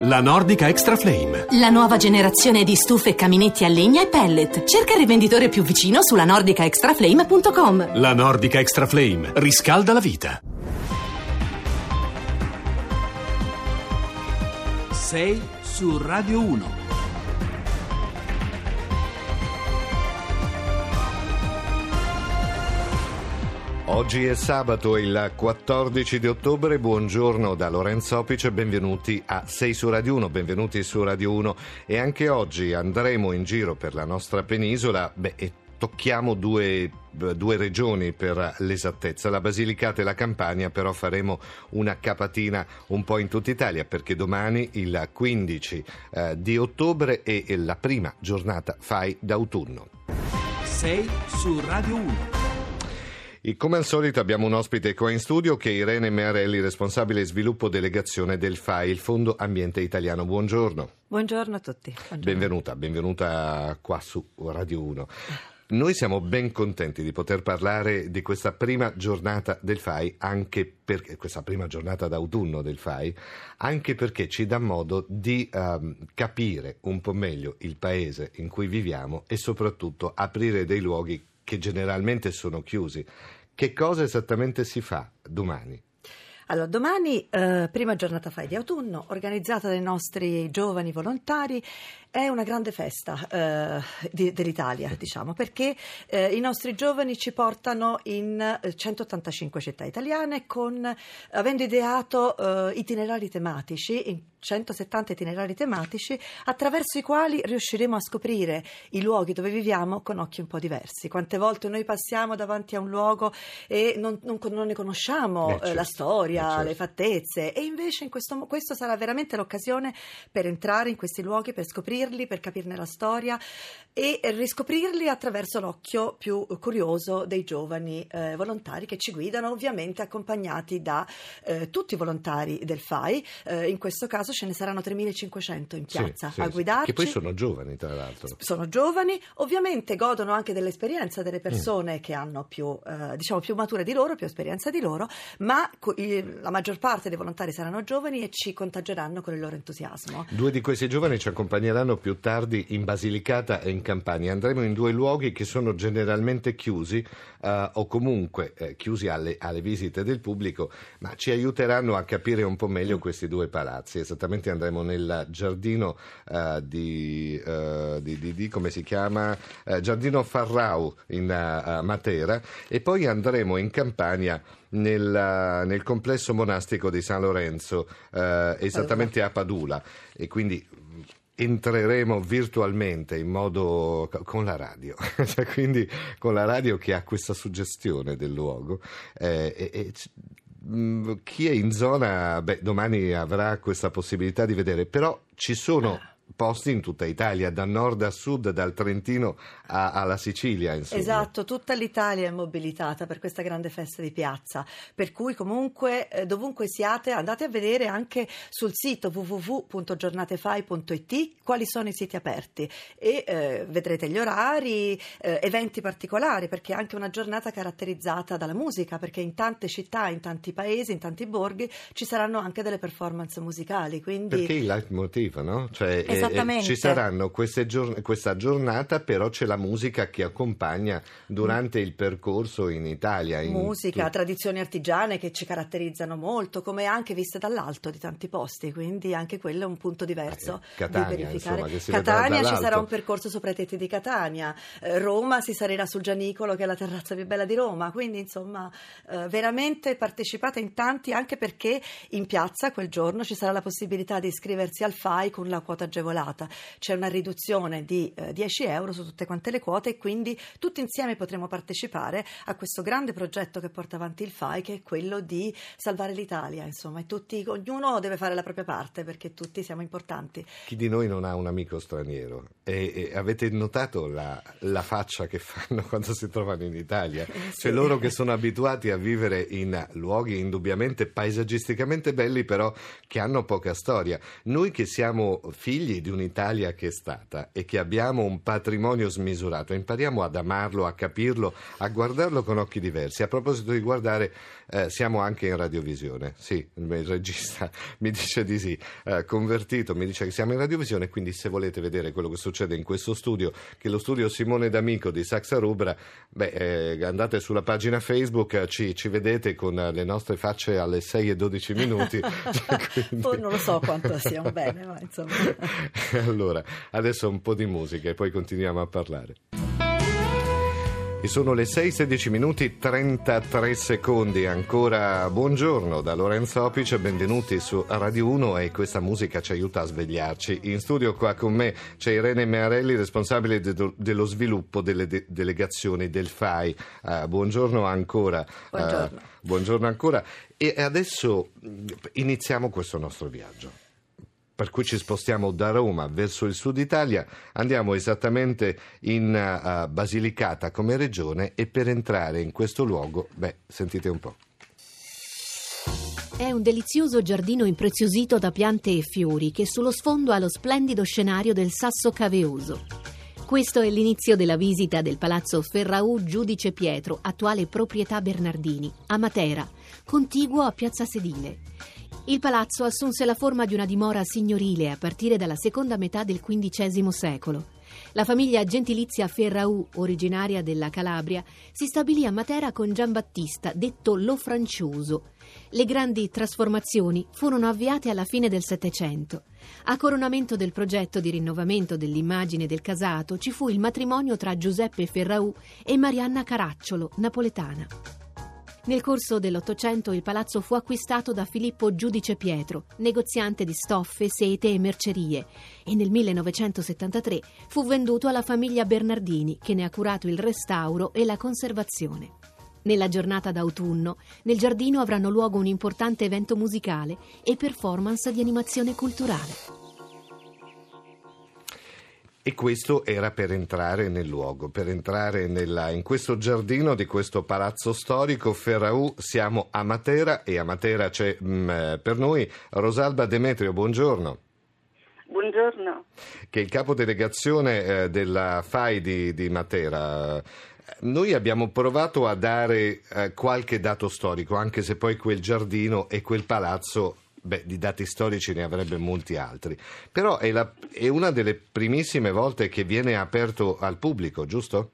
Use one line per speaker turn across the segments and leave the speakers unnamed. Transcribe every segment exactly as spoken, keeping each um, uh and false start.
La Nordica Extra Flame.
La nuova generazione di stufe e caminetti a legna e pellet. Cerca il rivenditore più vicino sulla nordica extra flame punto com.
La Nordica Extra Flame riscalda la vita.
sei su Radio uno.
Oggi è sabato, il quattordici di ottobre. Buongiorno da Lorenzo Opice, benvenuti a sei su Radio uno, benvenuti su Radio uno. E anche oggi andremo in giro per la nostra penisola, beh, e tocchiamo due, due regioni per l'esattezza, la Basilicata e la Campania, però faremo una capatina un po' in tutta Italia, perché domani, il quindici eh, di ottobre, è la prima giornata F A I d'autunno.
sei su Radio uno.
E come al solito abbiamo un ospite qua in studio che è Irene Mearelli, responsabile sviluppo delegazione del F A I, il Fondo Ambiente Italiano. Buongiorno.
Buongiorno a tutti. Buongiorno.
Benvenuta, benvenuta qua su Radio uno. Noi siamo ben contenti di poter parlare di questa prima giornata del F A I, anche perché questa prima giornata d'autunno del F A I, anche perché ci dà modo di um, capire un po' meglio il paese in cui viviamo e soprattutto aprire dei luoghi che generalmente sono chiusi. Che cosa esattamente si fa domani?
Allora, domani, eh, prima giornata F A I di autunno, organizzata dai nostri giovani volontari, è una grande festa eh, di, dell'Italia, diciamo, perché eh, i nostri giovani ci portano in centottantacinque città italiane, con, avendo ideato eh, itinerari tematici, in centosettanta itinerari tematici, attraverso i quali riusciremo a scoprire i luoghi dove viviamo con occhi un po' diversi. Quante volte noi passiamo davanti a un luogo e non, non, non ne conosciamo
Beh,
eh,
certo.
la storia,
Certo.
le fattezze, e invece in questo, questo sarà veramente l'occasione per entrare in questi luoghi, per scoprirli, per capirne la storia e riscoprirli attraverso l'occhio più curioso dei giovani eh, volontari che ci guidano, ovviamente accompagnati da eh, tutti i volontari del F A I. Eh, in questo caso ce ne saranno tremilacinquecento in piazza
Sì, sì,
a
sì.
guidarci.
Che poi sono giovani, tra l'altro.
Sono giovani, ovviamente godono anche dell'esperienza delle persone mm. che hanno più, eh, diciamo, più mature di loro, più esperienza di loro, ma la maggior parte dei volontari saranno giovani e ci contageranno con il loro entusiasmo.
Due di questi giovani ci accompagneranno più tardi in Basilicata e in Campania. Andremo in due luoghi che sono generalmente chiusi uh, o comunque eh, chiusi alle, alle visite del pubblico, ma ci aiuteranno a capire un po' meglio questi due palazzi. Esattamente andremo nel giardino uh, di, uh, di, di, di come si chiama? Uh, Giardino Farrau in uh, Matera, e poi andremo in Campania Nel, nel complesso monastico di San Lorenzo, eh, esattamente a Padula, e quindi entreremo virtualmente in modo con la radio, cioè, quindi con la radio che ha questa suggestione del luogo. Eh, e, e, chi è in zona, beh, domani avrà questa possibilità di vedere, però ci sono posti in tutta Italia, da nord a sud, dal Trentino a, alla Sicilia, insomma.
Esatto, tutta l'Italia è mobilitata per questa grande festa di piazza, per cui comunque eh, dovunque siate andate a vedere anche sul sito w w w punto giornatefai punto i t quali sono i siti aperti e eh, vedrete gli orari, eh, eventi particolari, perché è anche una giornata caratterizzata dalla musica, perché in tante città, in tanti paesi, in tanti borghi ci saranno anche delle performance musicali, quindi...
Perché il leitmotiv, no? Cioè,
Esattamente.
Eh, ci saranno queste giorn- questa giornata, però c'è la musica che accompagna durante il percorso in Italia. In
musica,
tu-
tradizioni artigiane che ci caratterizzano molto, come anche viste dall'alto di tanti posti, quindi anche quello è un punto diverso
eh, Catania,
di verificare.
insomma, che si vedrà
Catania ci
dall'alto.
sarà un percorso sopra i tetti di Catania, eh, Roma si salirà sul Gianicolo, che è la terrazza più bella di Roma, quindi insomma eh, veramente partecipate in tanti, anche perché in piazza quel giorno ci sarà la possibilità di iscriversi al F A I con la quota agevolata. C'è una riduzione di eh, dieci euro su tutte quante le quote, e quindi tutti insieme potremo partecipare a questo grande progetto che porta avanti il F A I, che è quello di salvare l'Italia, insomma, e tutti, ognuno deve fare la propria parte, perché tutti siamo importanti.
Chi di noi non ha un amico straniero? E, e avete notato la, la faccia che fanno quando si trovano in Italia?
Eh, sì.
Cioè, loro che sono abituati a vivere in luoghi indubbiamente paesaggisticamente belli, però che hanno poca storia. Noi che siamo figli figli di un'Italia che è stata e che abbiamo un patrimonio smisurato, impariamo ad amarlo, a capirlo, a guardarlo con occhi diversi. A proposito di guardare, eh, siamo anche in radiovisione. Sì, il regista mi dice di sì, eh, convertito, mi dice che siamo in radiovisione, quindi se volete vedere quello che succede in questo studio, che è lo studio Simone D'Amico di Saxa Rubra, beh, eh, andate sulla pagina Facebook, eh, ci, ci vedete con le nostre facce alle sei e dodici minuti. Quindi...
Poi non lo so quanto siamo bene, ma insomma.
Allora, adesso un po' di musica e poi continuiamo a parlare. E sono le sei e sedici minuti trentatré secondi. Ancora buongiorno da Lorenzo Opice, benvenuti su Radio uno, e questa musica ci aiuta a svegliarci. In studio qua con me c'è Irene Mearelli, responsabile de- dello sviluppo delle de- delegazioni del F A I. Uh, buongiorno ancora.
Buongiorno.
Uh, buongiorno ancora. E adesso iniziamo questo nostro viaggio, per cui ci spostiamo da Roma verso il sud Italia, andiamo esattamente in uh, Basilicata come regione, e per entrare in questo luogo, beh, sentite un po'.
È un delizioso giardino impreziosito da piante e fiori che sullo sfondo ha lo splendido scenario del Sasso Caveoso. Questo è l'inizio della visita del Palazzo Ferraù Giudice Pietro, attuale proprietà Bernardini, a Matera, contiguo a Piazza Sedile. Il palazzo assunse la forma di una dimora signorile a partire dalla seconda metà del quindicesimo secolo. La famiglia gentilizia Ferraù, originaria della Calabria, si stabilì a Matera con Giambattista, detto Lo Francioso. Le grandi trasformazioni furono avviate alla fine del Settecento. A coronamento del progetto di rinnovamento dell'immagine del casato ci fu il matrimonio tra Giuseppe Ferraù e Marianna Caracciolo, napoletana. Nel corso dell'Ottocento il palazzo fu acquistato da Filippo Giudice Pietro, negoziante di stoffe, sete e mercerie, e nel millenovecentosettantatré fu venduto alla famiglia Bernardini, che ne ha curato il restauro e la conservazione. Nella giornata d'autunno, nel giardino avranno luogo un importante evento musicale e performance di animazione culturale.
E questo era per entrare nel luogo, per entrare nella, in questo giardino di questo palazzo storico Ferraù. Siamo a Matera, e a Matera c'è mh, per noi Rosalba Demetrio, buongiorno.
Buongiorno.
Che è il capodelegazione eh, della F A I di, di Matera. Noi abbiamo provato a dare eh, qualche dato storico, anche se poi quel giardino e quel palazzo, beh, di dati storici ne avrebbe molti altri. Però è, la, è una delle primissime volte che viene aperto al pubblico, giusto?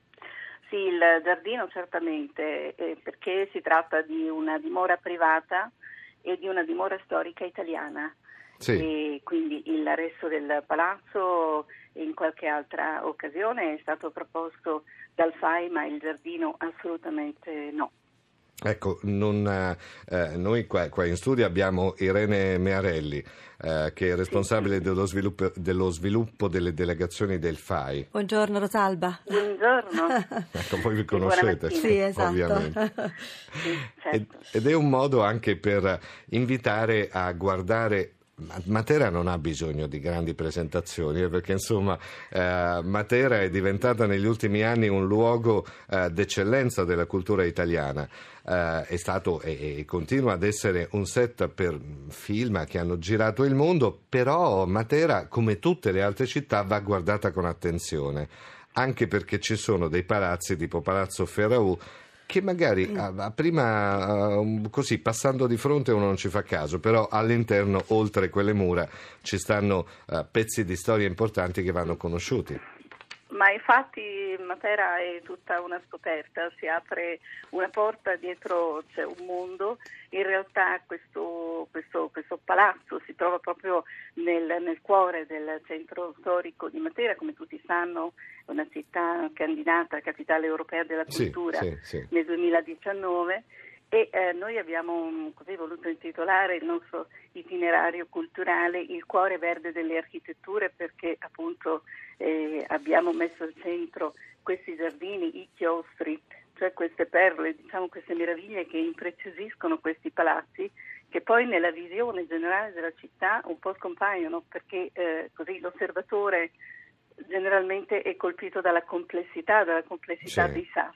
Sì, il giardino certamente, eh, perché si tratta di una dimora privata e di una dimora storica italiana. Sì. E quindi il resto del palazzo in qualche altra occasione è stato proposto dal F A I, ma il giardino assolutamente no.
Ecco, non, eh, noi qua, qua in studio abbiamo Irene Mearelli, eh, che è responsabile sì. dello, sviluppo, dello sviluppo delle delegazioni del F A I.
Buongiorno Rosalba.
Buongiorno.
Ecco, voi vi conoscete,
sì, esatto.
Ovviamente.
Sì, certo.
Ed è un modo anche per invitare a guardare. Matera non ha bisogno di grandi presentazioni, eh, perché insomma eh, Matera è diventata negli ultimi anni un luogo eh, d'eccellenza della cultura italiana. Eh, è stato e, e continua ad essere un set per film che hanno girato il mondo, però Matera, come tutte le altre città, va guardata con attenzione, anche perché ci sono dei palazzi tipo Palazzo Ferraù che magari a, a prima uh, così passando di fronte uno non ci fa caso, però all'interno, oltre quelle mura, ci stanno uh, pezzi di storia importanti che vanno conosciuti.
Ma infatti Matera è tutta una scoperta, si apre una porta, dietro c'è un mondo. In realtà questo, questo, questo palazzo si trova proprio nel, nel cuore del centro storico di Matera, come tutti sanno è una città candidata a capitale europea della cultura sì, sì, sì. nel duemiladiciannove. E eh, noi abbiamo così voluto intitolare il nostro itinerario culturale Il cuore verde delle architetture, perché appunto eh, abbiamo messo al centro questi giardini, i chiostri, cioè queste perle, diciamo queste meraviglie che impreziosiscono questi palazzi, che poi nella visione generale della città un po' scompaiono, perché eh, così l'osservatore generalmente è colpito dalla complessità, dalla complessità sì. dei sassi.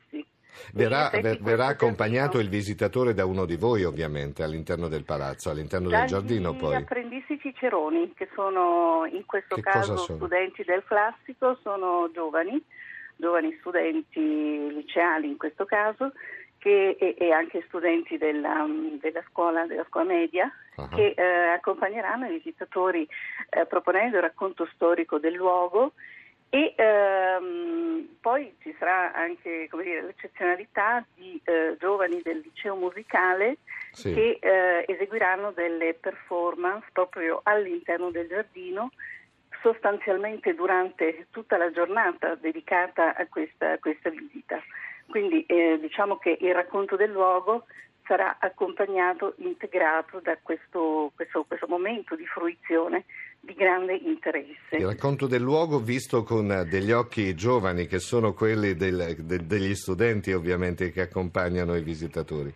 Verrà,
E,
ver- verrà accompagnato
giardino,
il visitatore da uno di voi, ovviamente, all'interno del palazzo, all'interno del giardino
Dagli
poi.
apprendisti ciceroni, che sono in questo
Che
caso
cosa sono?
studenti del classico, sono giovani, giovani studenti liceali in questo caso, che, e, e anche studenti della, della, scuola, della scuola media,
Uh-huh.
che eh, accompagneranno i visitatori eh, proponendo il racconto storico del luogo. E ehm, poi ci sarà anche, come dire, l'eccezionalità di eh, giovani del liceo musicale
Sì.
che eh, eseguiranno delle performance proprio all'interno del giardino, sostanzialmente durante tutta la giornata dedicata a questa, a questa visita. Quindi eh, diciamo che il racconto del luogo sarà accompagnato, integrato da questo, questo, questo momento di fruizione di grande interesse.
Il racconto del luogo visto con degli occhi giovani, che sono quelli del- de- degli studenti, ovviamente, che accompagnano i visitatori.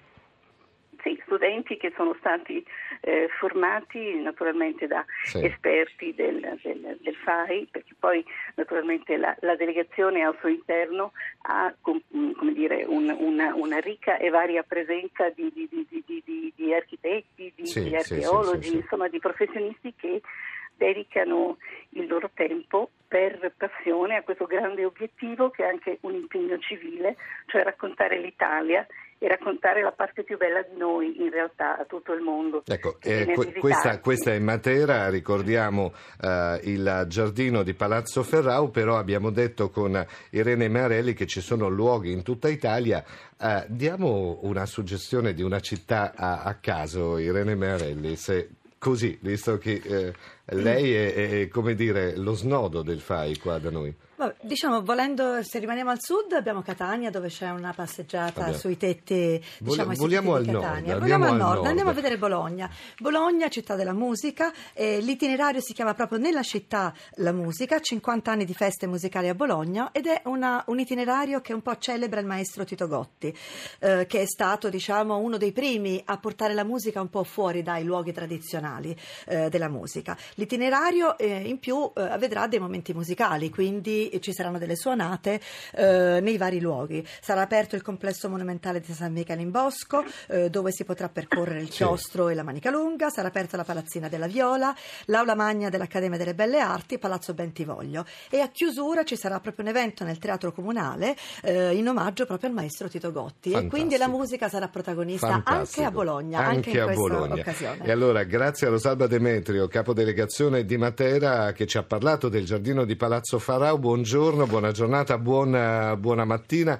Sì, studenti che sono stati eh, formati naturalmente da
Sì.
esperti del, del, del F A I, perché poi naturalmente la, la delegazione al suo interno ha com- come dire, un, una, una ricca e varia presenza di, di, di, di, di, di architetti, di,
Sì,
di
sì,
archeologi,
sì, sì, sì.
insomma di professionisti che dedicano il loro tempo per passione a questo grande obiettivo, che è anche un impegno civile, cioè raccontare l'Italia e raccontare la parte più bella di noi, in realtà, a tutto il mondo.
Ecco,
che
eh,
viene a
que- questa,
visitarci.
questa è Matera, ricordiamo eh, il giardino di Palazzo Ferrau, però abbiamo detto con Irene Mearelli che ci sono luoghi in tutta Italia. Eh, diamo una suggestione di una città a, a caso, Irene Mearelli, se così, visto che eh, lei è, è, è, come dire, lo snodo del F A I qua da noi.
Vabbè, diciamo, volendo, se rimaniamo al sud, abbiamo Catania, dove c'è una passeggiata
Abbiamo-
sui tetti, diciamo,
Voli-
i
vogliamo
tetti di
al nord,
Catania.
andiamo
Vogliamo al
al
nord,
nord.
andiamo a vedere Bologna. Bologna, città della musica, eh, l'itinerario si chiama proprio Nella città la musica, cinquanta anni di feste musicali a Bologna, ed è una- un itinerario che un po' celebra il maestro Tito Gotti, eh, che è stato, diciamo, uno dei primi a portare la musica un po' fuori dai luoghi tradizionali eh, della musica. L'itinerario eh, in più eh, vedrà dei momenti musicali, quindi ci saranno delle suonate eh, nei vari luoghi. Sarà aperto il complesso monumentale di San Michele in Bosco, eh, dove si potrà percorrere il
Sì.
chiostro e la Manica Lunga. Sarà aperta la Palazzina della Viola, l'Aula Magna dell'Accademia delle Belle Arti, Palazzo Bentivoglio. E a chiusura ci sarà proprio un evento nel Teatro Comunale eh, in omaggio proprio al maestro Tito Gotti.
Fantastico.
E quindi la musica sarà protagonista
Fantastico.
anche a Bologna,
Anche
anche in
a
questa
Bologna.
occasione.
E allora, grazie a Rosalba Demetrio, capodelegazione di Matera, che ci ha parlato del giardino di Palazzo Ferrau. Buongiorno, buona giornata, buona, buona mattina,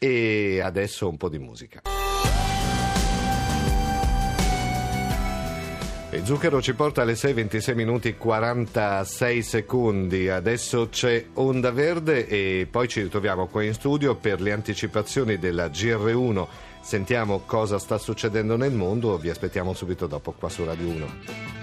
e adesso un po' di musica. E Zucchero ci porta alle sei e ventisei minuti e quarantasei secondi. Adesso c'è Onda Verde e poi ci ritroviamo qua in studio per le anticipazioni della G R uno. Sentiamo cosa sta succedendo nel mondo, vi aspettiamo subito dopo qua su Radio uno.